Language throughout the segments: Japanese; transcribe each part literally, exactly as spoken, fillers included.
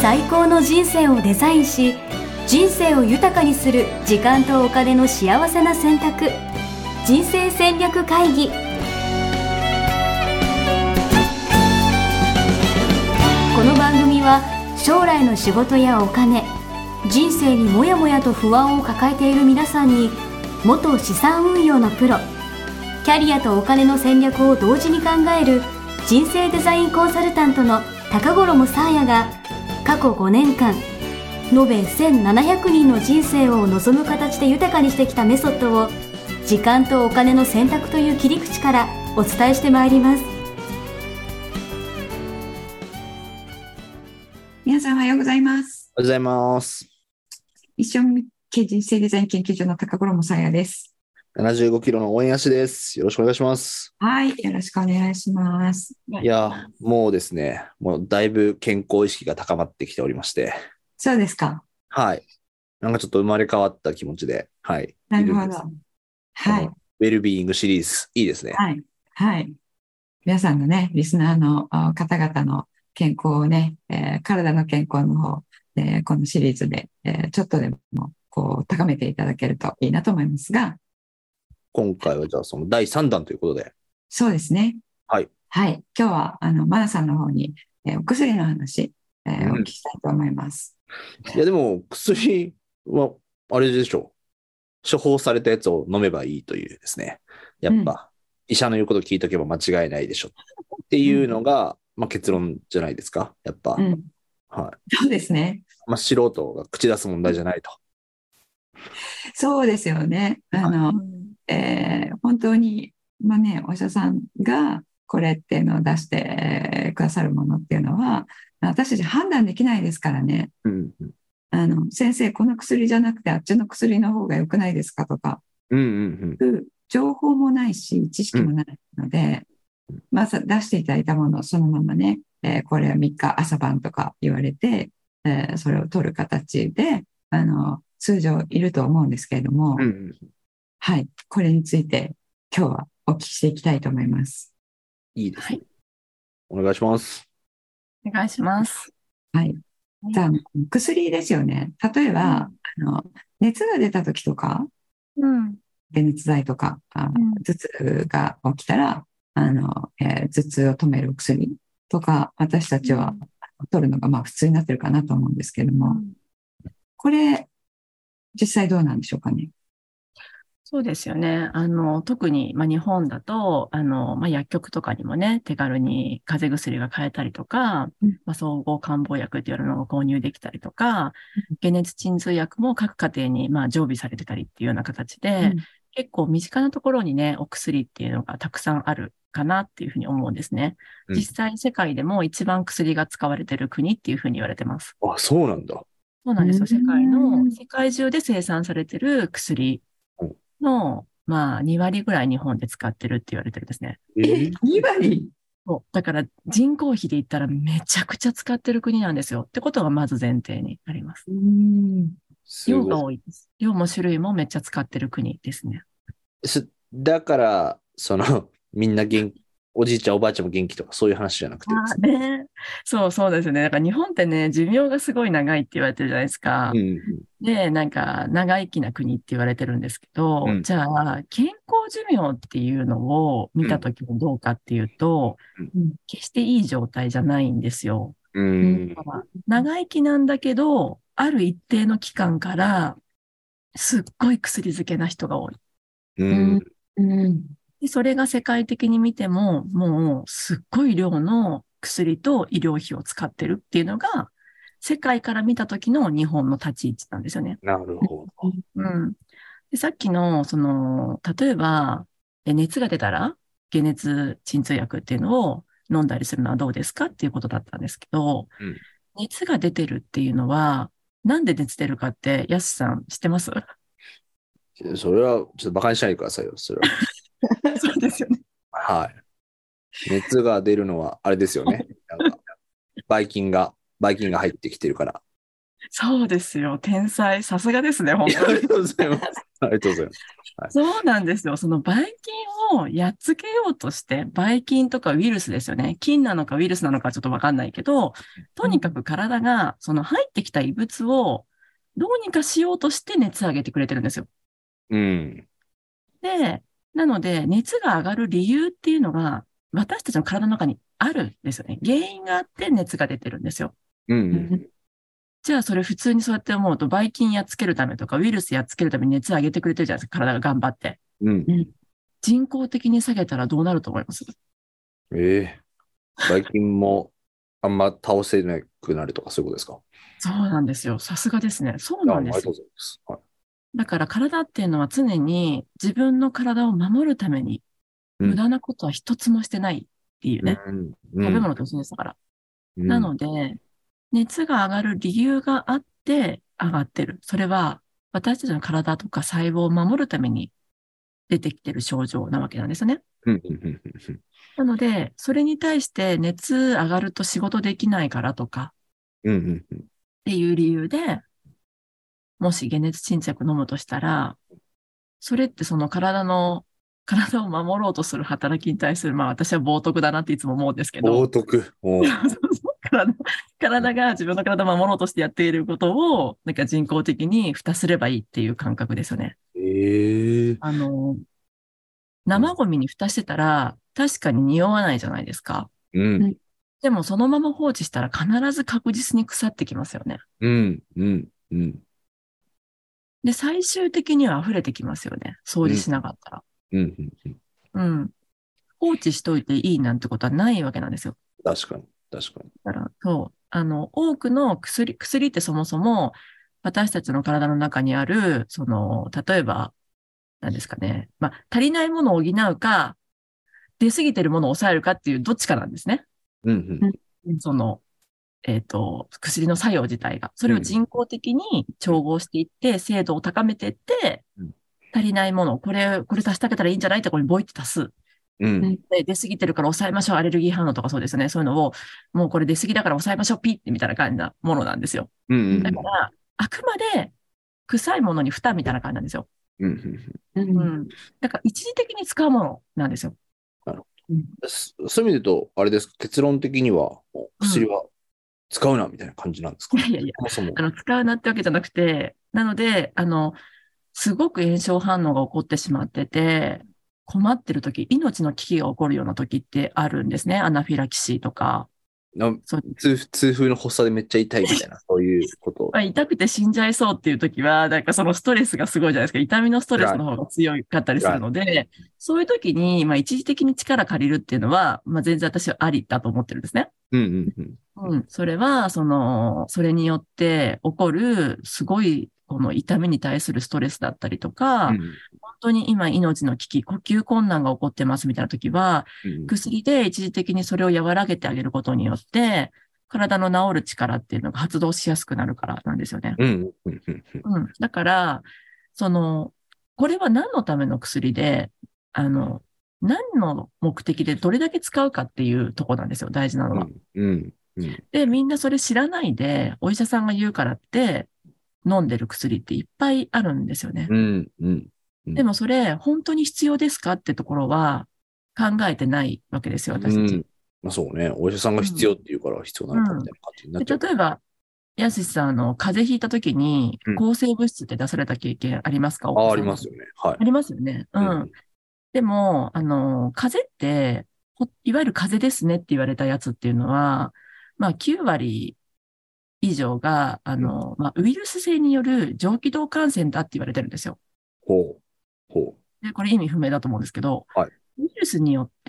最高の人生をデザインし、人生を豊かにする時間とお金の幸せな選択。人生戦略会議。この番組は将来の仕事やお金、人生にもやもやと不安を抱えている皆さんに、元資産運用のプロ、キャリアとお金の戦略を同時に考える人生デザインコンサルタントの高頃もさあやが、過去ごねんかん延べせんななひゃくにんの人生を望む形で豊かにしてきたメソッドを、時間とお金の選択という切り口からお伝えしてまいります。 皆さんおはようございます。 おはようございます。 一生系人生デザイン研究所の高頃もさあやです。 ななじゅうごキロの応援足です。よろしくお願いします。 はい、よろしくお願いします。 いや、もうですね、もうだいぶ健康意識が高まってきておりまして。 そうですか。 はい。なんかちょっと生まれ変わった気持ちで、はい。 なるほど。はい。 ウェルビーイングシリーズ、いいですね。 はい。はい。皆さんのね、リスナーの方々の健康をね、えー、体の健康の方、えー、このシリーズで、えー、ちょっとでもこう高めていただけるといいなと思いますが、 今回はじゃあそのだいさんだんということで。 そうですね。 はい。 はい。今日は、あの、マナさんの方に、えー、お薬の話、えー、お聞きしたいと思います。 いや、でも、薬は、あれでしょう。処方されたやつを飲めばいいというですね。やっぱ、うん、医者の言うこと聞いとけば間違いないでしょっていうのが、うん、まあ、結論じゃないですか。やっぱ。うん、 はい。そうですね。 まあ、素人が口出す問題じゃないと。 そうですよね。あの、えー、本当に、まあね、お医者さんがこれっていうのを出してくださるものっていうのは、私たち判断できないですからね。うんうん、あの先生、この薬じゃなくてあっちの薬の方が良くないですかとか、うんうんうん、情報もないし、知識もないので、うん、まず出していただいたものをそのままね、えー、これはみっか朝晩とか言われて、えー、それを取る形で、あの、通常いると思うんですけれども、うんうん、はい、これについて今日はお聞きしていきたいと思います。 いいですね。はい、お願いします。 お願いします。 はい。じゃあ、薬ですよね。例えば、うん、あの熱が出た時とか、うん、解熱剤とか、あ、うん、頭痛が起きたら、あの、えー、頭痛を止める薬とか、私たちは取るのがまあ普通になってるかなと思うんですけれども、うん、これ、実際どうなんでしょうかね。 そうですよね。あの、特に、まあ、日本だと、あの、まあ、薬局とかにもね、手軽に風邪薬が買えたりとか、うん、まあ、総合漢方薬っていうのが購入できたりとか、うん、解熱鎮痛薬も各家庭に、まあ、常備されてたりっていうような形で、うん、結構身近なところにね、お薬っていうのがたくさんあるかなっていうふうに思うんですね。実際、世界でも一番薬が使われてる国っていうふうに言われてます。 あ、そうなんだ。 そうなんですよ。世界の、世界中で生産されてる薬の、まあ、にわりぐらい日本で使ってるって言われてるんですね。 え、にわり？ そう。だから人口比で言ったらめちゃくちゃ使ってる国なんですよ。ってことがまず前提になります。うん。量が多いです。量も種類もめっちゃ使ってる国ですね。 だから、その、みんな元気。おじいちゃんおばあちゃんも元気とかそういう話じゃなくてですね。ね、そうそうですね。だから日本ってね、寿命がすごい長いって言われてるじゃないですか。うんうん、で、なんか長生きな国って言われてるんですけど、うん、じゃあ健康寿命っていうのを見たときもどうかっていうと、うん、決していい状態じゃないんですよ。うん、長生きなんだけど、ある一定の期間からすっごい薬漬けな人が多い。うんうんでそれが世界的に見ても、もうすっごい量の薬と医療費を使ってるっていうのが、世界から見た時の日本の立ち位置なんですよね。 なるほど。 うん。でさっきの、その、例えば、熱が出たら、解熱鎮痛薬っていうのを飲んだりするのはどうですかっていうことだったんですけど、うん、熱が出てるっていうのは、なんで熱出るかって、やすさん知ってます？ それは、ちょっと馬鹿にしないでくださいよ、それは。 そうですよね。 はい。熱が出るのは、あれですよね。なんか、ばい菌が、ばい菌が入ってきてるから。 そうですよ。天才。さすがですね、本当に。 ありがとうございます。 ありがとうございます。はい、 そうなんですよ。そのばい菌をやっつけようとして、ばい菌とかウイルスですよね。菌なのかウイルスなのかちょっとわかんないけど、とにかく体がその入ってきた異物をどうにかしようとして熱上げてくれてるんですよ。 うん。 で、なので熱が上がる理由っていうのが私たちの体の中にあるんですよね。原因があって熱が出てるんですよ。 うん。 じゃあそれ普通にそうやって思うと、ばい菌やっつけるためとかウイルスやっつけるために熱上げてくれてるじゃないですか。体が頑張って。 うん。 人工的に下げたらどうなると思います？ ええー。ばい菌もあんま倒せなくなるとかそういうことですか？ そうなんですよ。さすがですね。そうなんです。 あ、ありがとうございます。はい、 だから体っていうのは常に自分の体を守るために無駄なことは一つもしてないっていうね。 うんうん、 食べ物と一緒ですから。 うん、 なので、熱が上がる理由があって上がってる。それは私たちの体とか細胞を守るために出てきてる症状なわけなんですよね。 うんうんうんうん、 なので、それに対して熱上がると仕事できないからとかっていう理由で、もし解熱鎮着飲むとしたら、それってその体の、体を守ろうとする働きに対する、まあ私は冒涜だなっていつも思うんですけど、 冒涜。 体、体が自分の体を守ろうとしてやっていることを、なんか人工的に蓋すればいいっていう感覚ですよね。 えー、 あの、生ゴミに蓋してたら、確かに匂わないじゃないですか。 うん。 でもそのまま放置したら必ず確実に腐ってきますよね。 うん、うん、うん。 で、最終的には溢れてきますよね。掃除しなかったら。 うん、うん、うん。 うん。放置しといていいなんてことはないわけなんですよ。 確かに、確かに。 だから、そう。あの、多くの薬、薬ってそもそも、私たちの体の中にある、その、例えば、何ですかね。まあ、足りないものを補うか、出過ぎてるものを抑えるかっていうどっちかなんですね。 うん、 うん。その、えっと、薬の作用自体が。それを人工的に調合していって、精度を高めていって、足りないもの、これ、これ足してあげたらいいんじゃないってここにボイって足す。 うん、 で、出過ぎてるから抑えましょう。アレルギー反応とかそうですね。そういうのを、もうこれ出過ぎだから抑えましょう。ピッてみたいな感じなものなんですよ。 うん、 だから、あくまで臭いものに蓋みたいな感じなんですよ。 うん、 うん。だから一時的に使うものなんですよ。 なるほど。そういう意味で言うと、あれですか、結論的には、薬は使うな、みたいな感じなんですか？ いやいやいや、 そもそもあの、使うなってわけじゃなくて、なので、あの、すごく炎症反応が起こってしまってて、困ってる時、命の危機が起こるような時ってあるんですね。アナフィラキシーとか。 そう痛痛風の発作でめっちゃ痛いみたいな、そういうこと。 まあ、痛くて死んじゃいそうっていう時は、なんかそのストレスがすごいじゃないですか。痛みのストレスの方が強かったりするので、そういう時に、まあ一時的に力借りるっていうのは、まあ全然私はありだと思ってるんですね。 うんうんうん。 うん。それは、その、それによって起こる、すごい、この痛みに対するストレスだったりとか、うん、本当に今命の危機、呼吸困難が起こってますみたいな時は、うん、薬で一時的にそれを和らげてあげることによって、体の治る力っていうのが発動しやすくなるからなんですよね。 うんうんうんうん、だから、その、これは何のための薬で、あの、何の目的でどれだけ使うかっていうところなんですよ、大事なのは。 うんうん、 で、みんなそれ知らないで、お医者さんが言うからって、飲んでる薬っていっぱいあるんですよね。 うんうんうん、 でもそれ、本当に必要ですかってところは考えてないわけですよ、私たち。 うん、まあ、そうね。お医者さんが必要って言うから必要なのかみたいな感じになっちゃう、うん、 で例えば、やすしさん、あの、風邪ひいた時に、抗生物質って出された経験ありますか？ うん、あ、ありますよね。はい。 ありますよね。うん。うん、でも、あの、風邪って、いわゆる風邪ですねって言われたやつっていうのは、まあ、きゅう割以上が、あの、まあ、ウイルス性による上気道感染だって言われてるんですよ。 ほう。ほう。で、これ意味不明だと思うんですけど、 はい。 ウイルスによって、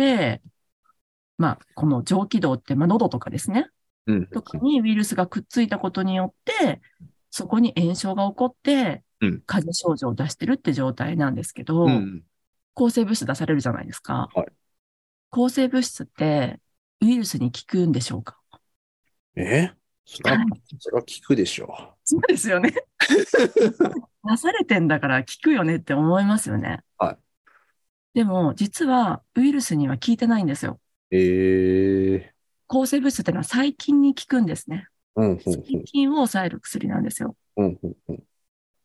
まあ、この上気道って、まあ、喉とかですね。 うん。 とかにウイルスがくっついたことによって、そこに炎症が起こって、風邪症状を出してるって状態なんですけど、うん、抗生物質出されるじゃないですか。 はい。 抗生物質ってウイルスに効くんでしょうか？ えそれは、それは効くでしょう。 そうですよね。出されてんだから効くよねって思いますよね。 はい。 でも、実はウイルスには効いてないんですよ。 えー。 抗生物質ってのは細菌に効くんですね。 うんうんうん、 細菌を抑える薬なんですよ。 うんうんうん、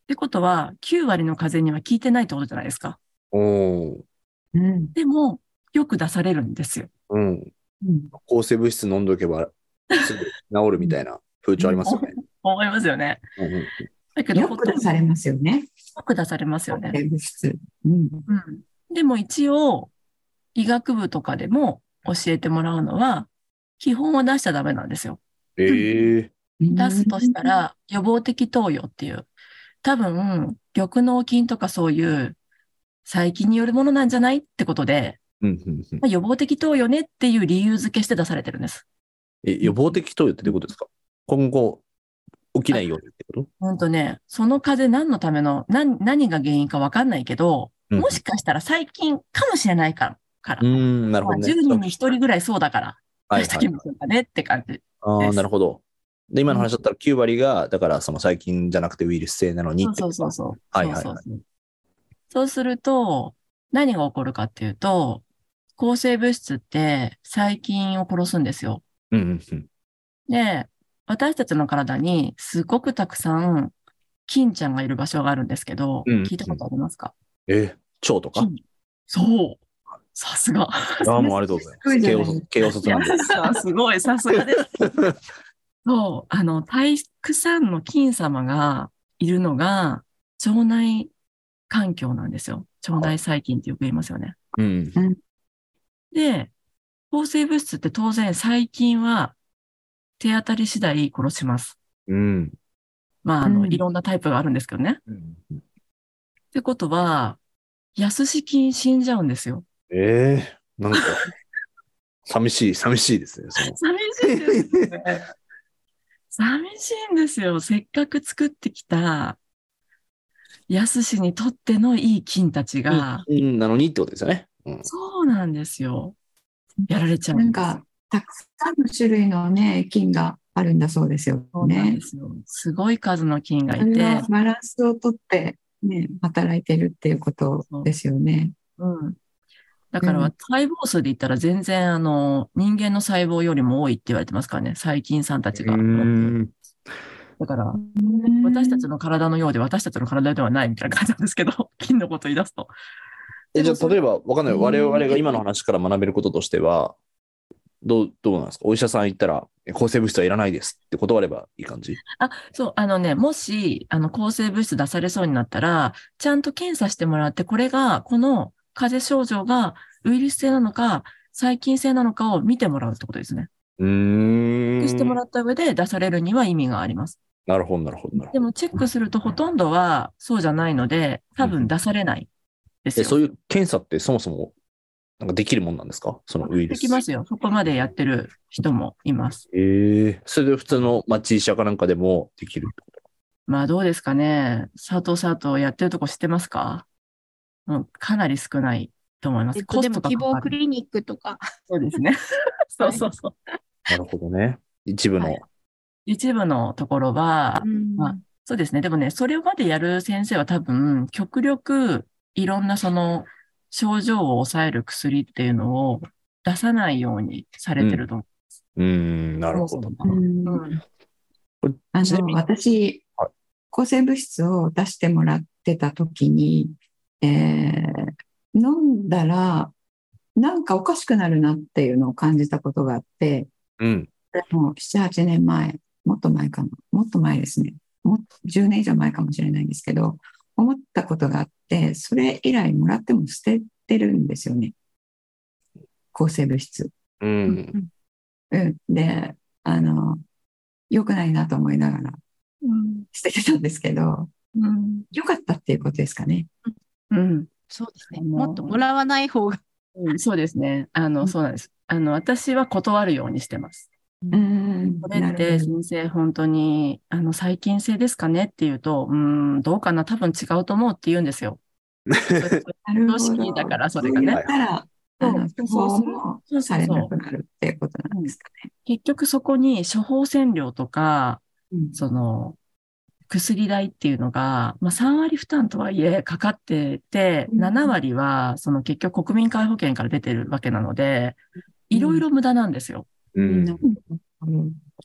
ってことは、きゅう割の風邪には効いてないってことじゃないですか。 おー。 うん。 でも、よく出されるんですよ。 うん。 うん。 抗生物質飲んどけばすぐ治るみたいな風潮ありますよね。 思いますよね。 うんうんだけど、 よく出されますよね。 よく出されますよね。 抗生物質。うん。 うん。でも一応、医学部とかでも教えてもらうのは、基本は出しちゃダメなんですよ。 ええ出すとしたら、予防的投与っていう、多分、玉脳筋とかそういう細菌によるものなんじゃないってことで、 うんうんうんまあ予防的投与ねっていう理由付けして出されてるんです。 え、予防的投与ってどういうことですか？今後起きないようにってこと？ ほんとね、その風邪何のための、何、何が原因かわかんないけど、 うんもしかしたら細菌かもしれないから、から。 うーん、なるほどまあ、 ね。 じゅうにんにひとりぐらいそうだから、 はい出しとはい。 きましょうかねって感じ。 ああ、なるほど。で、今の話だったらきゅう割が、だからその細菌じゃなくてウイルス性なのにってそうことか。 そうそうそう。 はいはいはいそうそうそう。そうすると、何が起こるかっていうと、抗生物質って細菌を殺すんですよ。 うんうんうん。 で、私たちの体にすごくたくさん菌ちゃんがいる場所があるんですけど、 うん聞いたことありますか？ え、腸とか？ 菌。そう。さすが。 ああ、もうありがとうございます。慶応すごいじゃない慶応卒なんで。 いやさすごい、さすがです。そう、あの、たくさんの菌様がいるのが腸内環境なんですよ。腸内細菌ってよく言いますよね。 うん。 で、抗生物質って当然細菌は手当たり次第殺します。 うん。 まあ、あの、 うんいろんなタイプがあるんですけどね。 うんってことは、安子菌死んじゃうんですよ。 ええなんか、寂しい、寂しいですね。その寂しいですね。寂しいんですよ。せっかく作ってきた、安子にとってのいい菌たちが、 うんなのにってことですよね。うん。 そうなんですよ。やられちゃうです。 なんんか、たくさんの種類のね、菌があるんだそうですよそうなんねで。すよ。すごい数の菌がそれいて、 はバランスをとってね、働いてるっていうことですよね。 うん。だからうん細胞数で言ったら全然あの人間の細胞よりも多いって言われてますからね、細菌さんたちが。 うんだから私たちの体のようで私たちの体ではないみたいな感じなんですけど、菌のことを言い出すと。 え、じゃあ、例えば、わかんない。 うん我々が今の話から学べることとしては、どう、どうなんですか？お医者さん行ったら、抗生物質はいらないですって断ればいい感じ？ あ、そう、あのね、もし、あの、抗生物質出されそうになったら、ちゃんと検査してもらって、これが、この風邪症状がウイルス性なのか、細菌性なのかを見てもらうってことですね。 うーん。 してもらった上で出されるには意味があります。 なるほど、なるほど、なるほど。 でも、チェックするとほとんどはそうじゃないので、多分出されないですえ、 よ。 そういう検査ってそもそも、なんかできるもんなんですか？そのウイルでス。 きますよ。そこまでやってる人もいます。 ええそれで普通の町医者かなんかでもできるってこまあ、どうですかね。佐藤佐藤やってるとこ知ってますか？もうかなり少ないと思います。 えっと、でも希コストがかかる。 望クリニックとか、 そうですね。そうそうそう。 と？なるほどね。一部の。 はい一部のところは、 うんまあ、そうですね。でもね、それまでやる先生は多分、極力、いろんなその、症状を抑える薬っていうのを出さないようにされてると思うーん、なう。 るほど。 うんうん。 これあの、 ちなみに、 私はい、 抗生物質を出してもらってた時に、えー飲んだら、なんかおかしくなるなっていうのを感じたことがあって、 うん。 もうなな、はちねんまえ、もっと前かな、もっと前ですね。もっとじゅうねん以上前かもしれないんですけど、思ったことがあって、それ以来もらっても捨ててるんですよね。抗生物質。 う。 うんんうん。で、あの、良くないなと思いながらうん。 捨ててたんですけど、 うん。 良かったっていうことですかね。 うん。 そうですね。 あのもっともらわない方が。 うんそうですね。あの、 うんそうなんです。あの、私は断るようにしてます。 うん。 これなるってほど。 先生本当に、あの、細菌性ですかねって言うと、うーん、どうかな多分違うと思うって言うんですよ。それなる常ほ識だから、そど。そうれがね。 言ったら、あの、処方もそうそうされなそう。 くなるっていうことなんですかね。 結局そこに処方箋料とか、 うんその、薬代っていうのが、まあさん割負担とはいえかかってて、 うんなな割は、その結局国民皆保険から出てるわけなので、いろいろ無駄なんですよ。 うん。 うん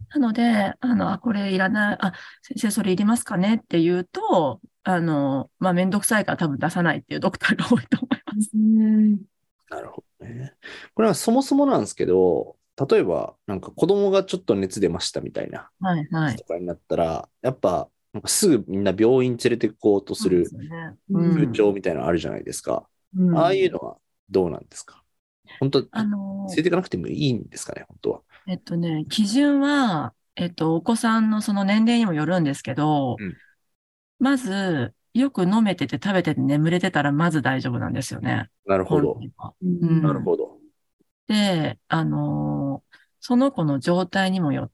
なので、あの、あ、これいらない、あ、先生それいりますかねって言うと、あの、まあ、めんどくさいから多分出さないっていうドクターが多いと思います。 うん。 なるほどね。これはそもそもなんですけど、例えば、なんか子供がちょっと熱出ましたみたいな、 はいはい。 とかになったら、やっぱ、なんかすぐみんな病院連れて行こうとするそうですよね。 風うん。 潮みたいなのあるじゃないですか。 うんああいうのはどうなんですか？本当、 あ連の、 れていかなくてもいいんですかね、本当は。 えっとね、基準は、えっと、お子さんのその年齢にもよるんですけど、 うんまず、よく飲めてて食べてて眠れてたらまず大丈夫なんですよね。 なるほど。 本来は。 ううんん。 なるほど。 で、あのーその子の状態にもよって、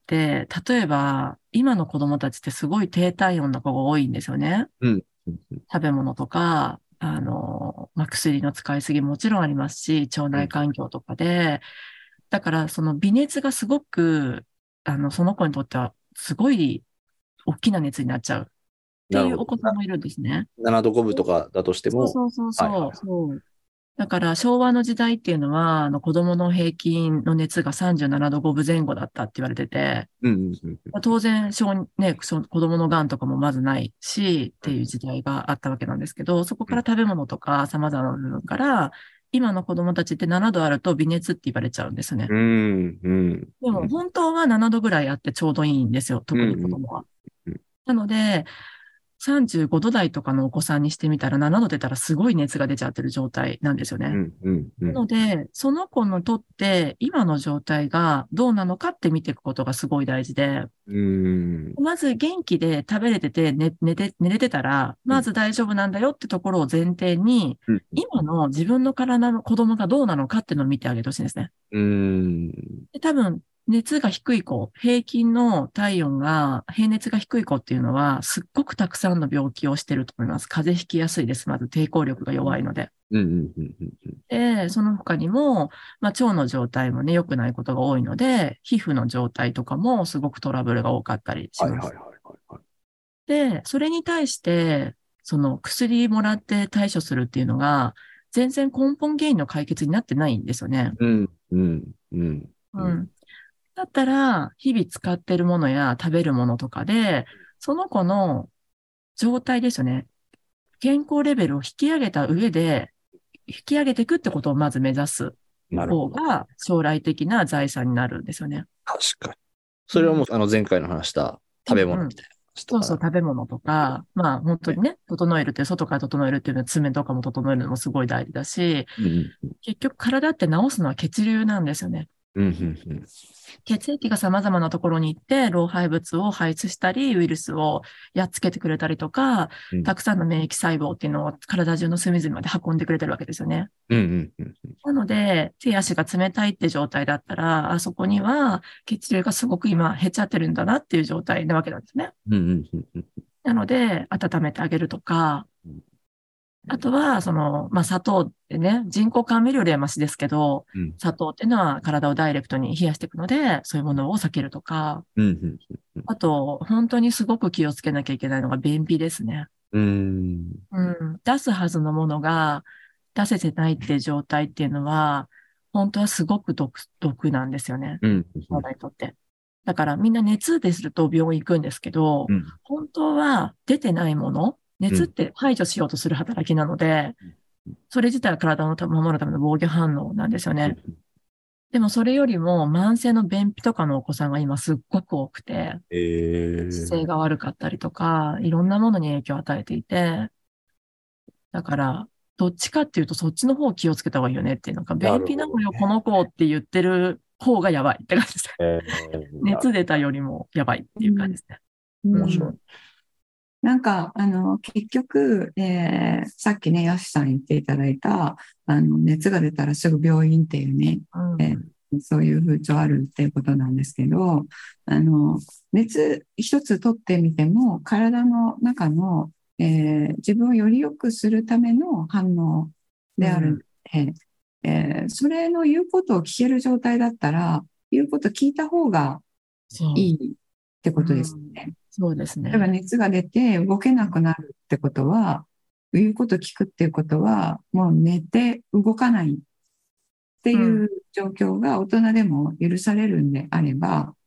例えば、今の子供たちってすごい低体温な子が多いんですよね。 うん。うん食べ物とか、あのーまあ、薬の使いすぎもちろんありますし、腸内環境とかで、だからその微熱がすごく、あの、その子にとってはすごい大きな熱になっちゃうっていうおなるほど。 子さんもいるんですね。 ななどごぶとかだとしても、 そうそうそうはいはいそう。そうだから昭和の時代っていうのは、あの子供の平均の熱がさんじゅうななどごぶぜん後だったって言われてて、 うんうんうんうん当然、小ね、その子供の癌とかもまずないし、っていう時代があったわけなんですけど、そこから食べ物とか様々な部分から、今の子供たちってななどあると微熱って言われちゃうんですね。 うんうんでも本当はななどぐらいあってちょうどいいんですよ、特に子供は。 うんうんなので、さんじゅうごど台とかのお子さんにしてみたらななど出たらすごい熱が出ちゃってる状態なんですよね。 うんうんうなんので、その子にとって今の状態がどうなのかって見ていくことがすごい大事で、 うんまず元気で食べれてて寝、寝て、寝れてたら、まず大丈夫なんだよってところを前提に、 うん今の自分の体の子供がどうなのかっていうのを見てあげてほしいんですね。 うんで多分、熱が低い子、平均の体温が、平熱が低い子っていうのは、すっごくたくさんの病気をしてると思います。風邪ひきやすいです。まず抵抗力が弱いので。 うんうんうんうんで、その他にも、まあ、腸の状態もね、良くないことが多いので、皮膚の状態とかもすごくトラブルが多かったりします。 はいはいはいはいはい。 で、それに対して、その薬もらって対処するっていうのが、全然根本原因の解決になってないんですよね。 うんうんうんうん。だったら、日々使ってるものや食べるものとかで、その子の状態ですよね。健康レベルを引き上げた上で、引き上げていくってことをまず目指すなるほど。 方が将来的な財産になるんですよね。 確かに。それはもう、あの、前回の話した食べ物みたいな話とか。 そうそう、食べ物とか、まあ本当にね、整えるって、外から整えるっていうのは爪とかも整えるのもすごい大事だし、 うんうん結局体って治すのは血流なんですよね。 うんうんうん血液が様々なところに行って、老廃物を排出したり、ウイルスをやっつけてくれたりとか、 うんたくさんの免疫細胞っていうのを体中の隅々まで運んでくれてるわけですよね。 うんうんうんなので、手足が冷たいって状態だったら、あそこには血流がすごく今減っちゃってるんだなっていう状態なわけなんですね。 うんうんうんうんなので、温めてあげるとか、あとは、その、まあ、砂糖ってね、人工甘味料よりはマシですけど、 うん砂糖っていうのは体をダイレクトに冷やしていくので、そういうものを避けるとか、 うんうんあと、本当にすごく気をつけなきゃいけないのが便秘ですね。 うんうん。出すはずのものが出せてないっていう状態っていうのは、本当はすごく毒、毒なんですよね。 うん体にとって。だからみんな熱ですると病院行くんですけど、 うん本当は出てないもの、熱って排除しようとする働きなので、それ自体は体を守るための防御反応なんですよね。でもそれよりも慢性の便秘とかのお子さんが今すっごく多くて、 え姿勢が悪かったりとか、いろんなものに影響を与えていて、だから、どっちかっていうとそっちの方を気をつけた方がいいよねっていう、なんか便秘なのよ、この子って言ってる方がやばいって感じです。 え熱出たよりもやばいっていう感じですね。 面白い。 なんか、あの、結局、えーさっきね、よしさん言っていただいた、あの、熱が出たらすぐ病院っていうね、 うんえーそういう風潮あるっていうことなんですけど、あの、熱一つ取ってみても、体の中の、えー自分をより良くするための反応であるので、えーそれの言うことを聞ける状態だったら、言うこと聞いた方がそういいってことですね。 そうですね。 例えば熱が出て動けなくなるってことは、言うこと聞くっていうことは、もう寝て動かないっていう状況が大人でも許されるんであれば、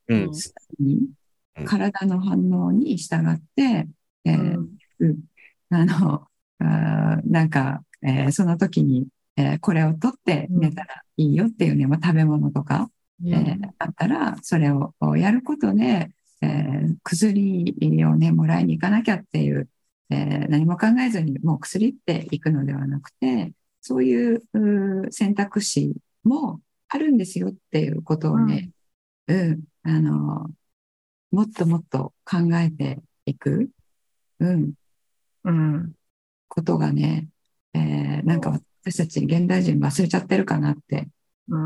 うん。 に体の反応に従って、えーうん、あの、あなんか、えーその時に、えーこれを取って寝たらいいよっていうね、まあ、食べ物とか、えーあったら、それをやることで、えー薬をね、もらいに行かなきゃっていう、えー何も考えずにもう薬っていくのではなくて、そういうう選択肢もあるんですよっていうことをね、うん、あの、もっともっと考えていく、うん、 うん。 ことがね、えーなんか私たち現代人忘れちゃってるかなって、 うん。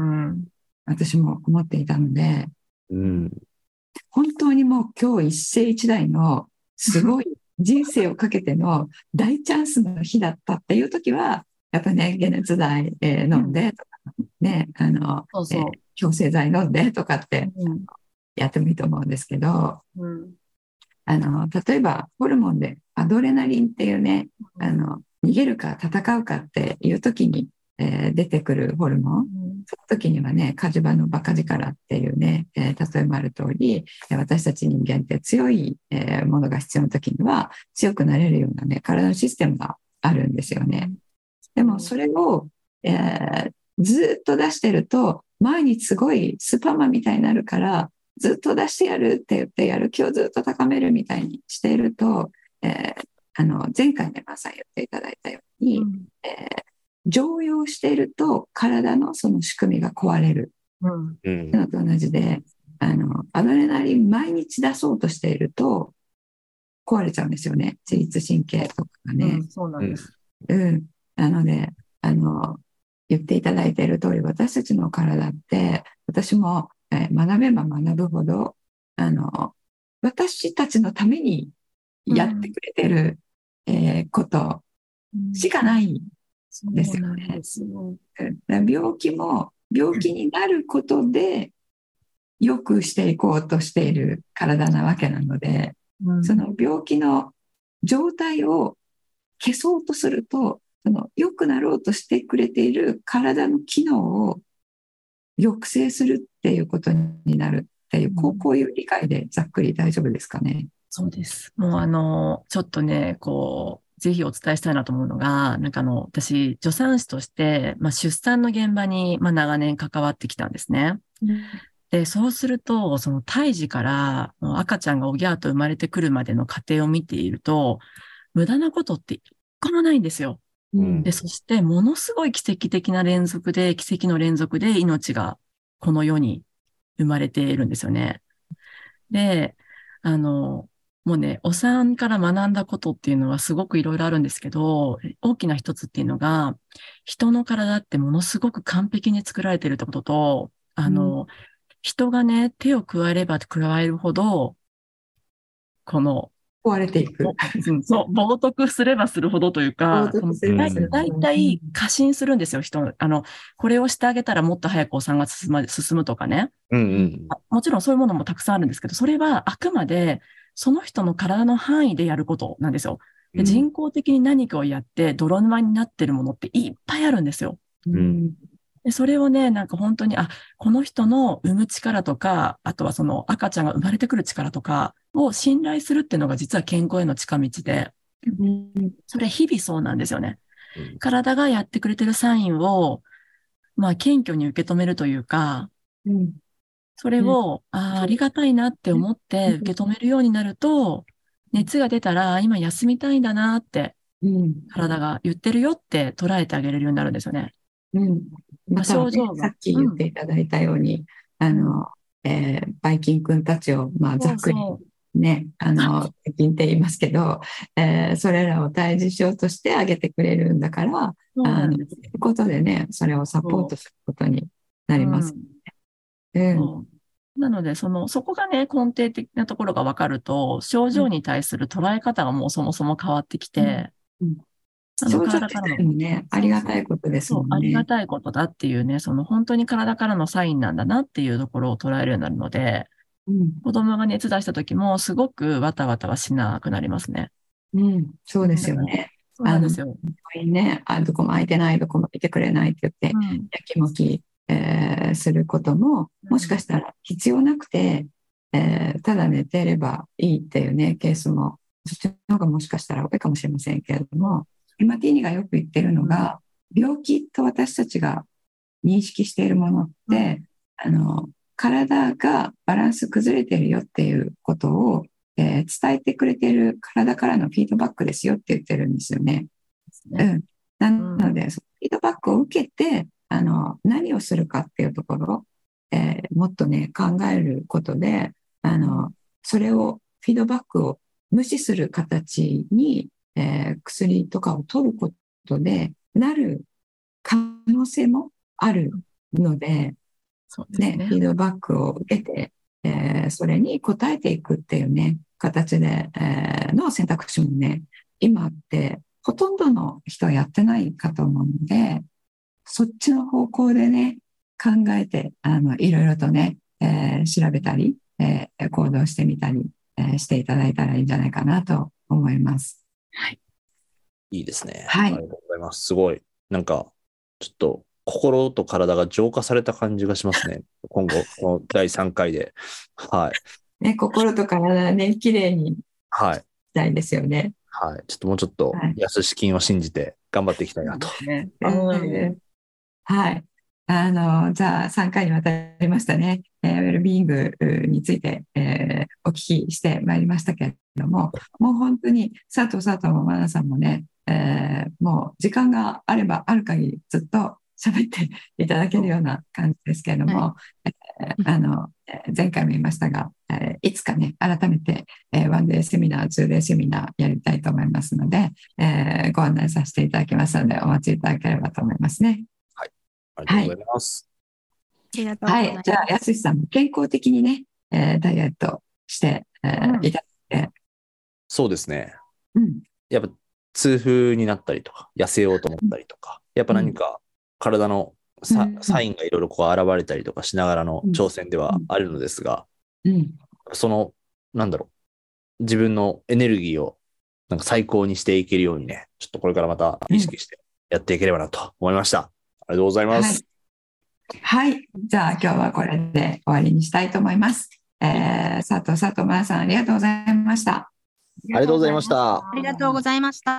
私も思っていたので、 うん。 本当にもう今日一世一代のすごい人生をかけての大チャンスの日だったっていう時は、やっぱね、解熱剤、えー飲んでとか、ね、あの、 そうそう。 えー強制剤飲んでとかってうん。 やってもいいと思うんですけど、 うん。 あの、例えばホルモンでアドレナリンっていうね、あの、逃げるか戦うかっていう時に、えー出てくるホルモン、その時にはね、火事場のバカ力っていうね、えー例えもある通り、私たち人間って強い、えーものが必要な時には強くなれるようなね、体のシステムがあるんですよね。でもそれを、えーずっと出してると、毎日すごいスーパーマンみたいになるから、ずっと出してやるって言って、やる気をずっと高めるみたいにしていると、えーあの前回ね、まさん言っていただいたように、 うんえー常用していると体のその仕組みが壊れるうんのと同じで、あのアドレナリン毎日出そうとしていると壊れちゃうんですよね、自律神経とかがね。 うん、そうなんです。 うん、なのであの言っていただいている通り、私たちの体って私も、えー学べば学ぶほどあの私たちのためにやってくれてる、えーことしかないんですよね。病気も病気になることで良くしていこうとしている体なわけなので、 うん、 その病気の状態を消そうとすると、その良くなろうとしてくれている体の機能を抑制するっていうことになるっていう、こう、こういう理解でざっくり大丈夫ですかね。 そうです。もうあの、ちょっとね、こう、ぜひお伝えしたいなと思うのが、なんかあの、私、助産師として、まあ、出産の現場に、まあ、長年関わってきたんですね。で、そうすると、その胎児から赤ちゃんがおぎゃーと生まれてくるまでの過程を見ていると、無駄なことって一個もないんですよ。うん、で、そして、ものすごい奇跡的な連続で、奇跡の連続で命がこの世に生まれているんですよね。で、あの、もうね、お産から学んだことっていうのはすごくいろいろあるんですけど、大きな一つっていうのが、人の体ってものすごく完璧に作られているってことと、あの、うん、人がね、手を加えれば加えるほど、この、 壊れていく。 そう、冒涜すればするほどというか、だいたい過信するんですよ、人。あの、これをしてあげたらもっと早くお産が進む、進むとかね、 うんうん。 もちろんそういうものもたくさんあるんですけど、それはあくまでその人の体の範囲でやることなんですよ。で、人工的に何かをやって泥沼になってるものっていっぱいあるんですよ。 うん、 でそれをね、なんか本当に、あ、この人の産む力とか、あとはその赤ちゃんが生まれてくる力とかを信頼するっていうのが実は健康への近道で、それ日々そうなんですよね。体がやってくれてるサインを、まあ、謙虚に受け止めるというか、それを、ああ、ありがたいなって思って受け止めるようになると、熱が出たら、今休みたいんだなって、体が言ってるよって捉えてあげれるようになるんですよね。 うんまた、ね、さっき言っていただいたように、うん、あの、えー、バイキン君たちを、まあ、ざっくりね、あの、バイキンって言いますけど、えー、それらを退治しようとしてあげてくれるんだから、そうなんです。ということでね、それをサポートすることになります、ね。 うんうんなので、その、そこがね、根底的なところが分かると、症状に対する捉え方がもうそもそも変わってきて、 うんうん症状自体もね、ありがたいことですもんね。 そう、ありがたいことだっていうね、その本当に体からのサインなんだなっていうところを捉えるようになるので、うん、子供が熱出した時もすごくわたわたはしなくなりますね。 うん、そうですよね。 そうなんですよ。 ね、あどこも空いてない、どこもいてくれないって言って、うん、やきもき、えー、することも、もしかしたら必要なくて、 えー、ただ寝ていればいいっていうねケースもそっちの方がもしかしたら多いかもしれませんけれども、今ティーニがよく言ってるのが、病気と私たちが認識しているものって、うん、あの体がバランス崩れてるよっていうことを、えー、伝えてくれている体からのフィードバックですよって言ってるんですよね。うん、なので、うん、そのフィードバックを受けてあの何をするかっていうところ、えー、もっとね考えることであのそれをフィードバックを無視する形に、えー、薬とかを取ることでなる可能性もあるので、 そうですね、 ね、フィードバックを受けて、えー、それに応えていくっていうね形で、えー、の選択肢もね今ってほとんどの人はやってないかと思うので、そっちの方向でね考えてあのいろいろとね、えー、調べたり、えー、行動してみたりえー、していただいたらいいんじゃないかなと思います。 はい。 いいですね。 はい。 ありがとうございます。すごい。なんか、ちょっと心と体が浄化された感じがしますね。今後、このだいさんかいで。はい。 ね、心と体ね、綺麗にしたいですよね。 はい。ちょっともうちょっと、安資金を信じて頑張っていきたいなと。 ね、はい。あの、じゃあさんかいにわたりましたね、えー、ウェルビーイングについて、えー、お聞きしてまいりましたけれども、もう本当に佐藤佐藤もマナさんもね、えー、もう時間があればある限りずっと喋っていただけるような感じですけれども、はい、えー、あの前回も言いましたが、えー、いつかね改めて、えー、ワンデーセミナー、ツーデーセミナーやりたいと思いますので、えー、ご案内させていただきますのでお待ちいただければと思いますね。 ありがとうございます。 はい、はい、じゃあ、やすしさんも健康的にね、えー、ダイエットして、えーうん、いただいて。 そうですね。 うん、 やっぱ痛風になったりとか、痩せようと思ったりとか、やっぱ何か体のサ、うん、サインがいろいろこう現れたりとかしながらの挑戦ではあるのですが、 うんうん、 その、なんだろう、自分のエネルギーをなんか最高にしていけるようにね、ちょっとこれからまた意識してやっていければなと思いました。ありがとうございます。 はい。はい、じゃあ今日はこれで終わりにしたいと思います。えー、佐藤佐藤真奈さんありがとうございました。 ありがとうございました。 ありがとうございました。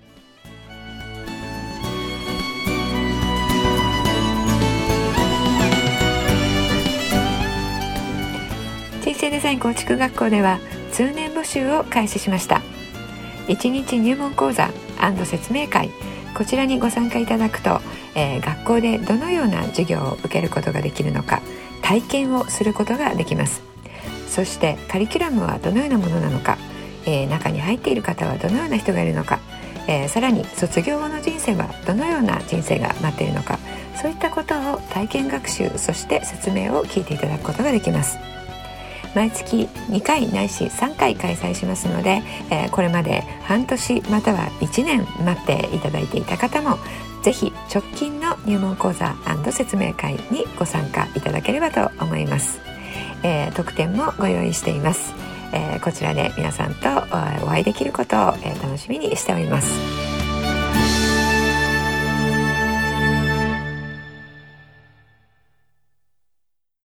人生デザイン構築学校では通年募集を開始しました。いちにち入門講座&説明会、こちらにご参加いただくと、えー、学校でどのような授業を受けることができるのか体験をすることができます。そしてカリキュラムはどのようなものなのか、えー、中に入っている方はどのような人がいるのか、えー、さらに卒業後の人生はどのような人生が待っているのか、そういったことを体験学習、そして説明を聞いていただくことができます。毎月にかいないしさんかい開催しますので、えー、これまで半年またはいちねん待っていただいていた方もぜひ直近の入門講座&説明会にご参加いただければと思います。えー、特典もご用意しています。えー、こちらで皆さんとお会いできることを、えー、楽しみにしております。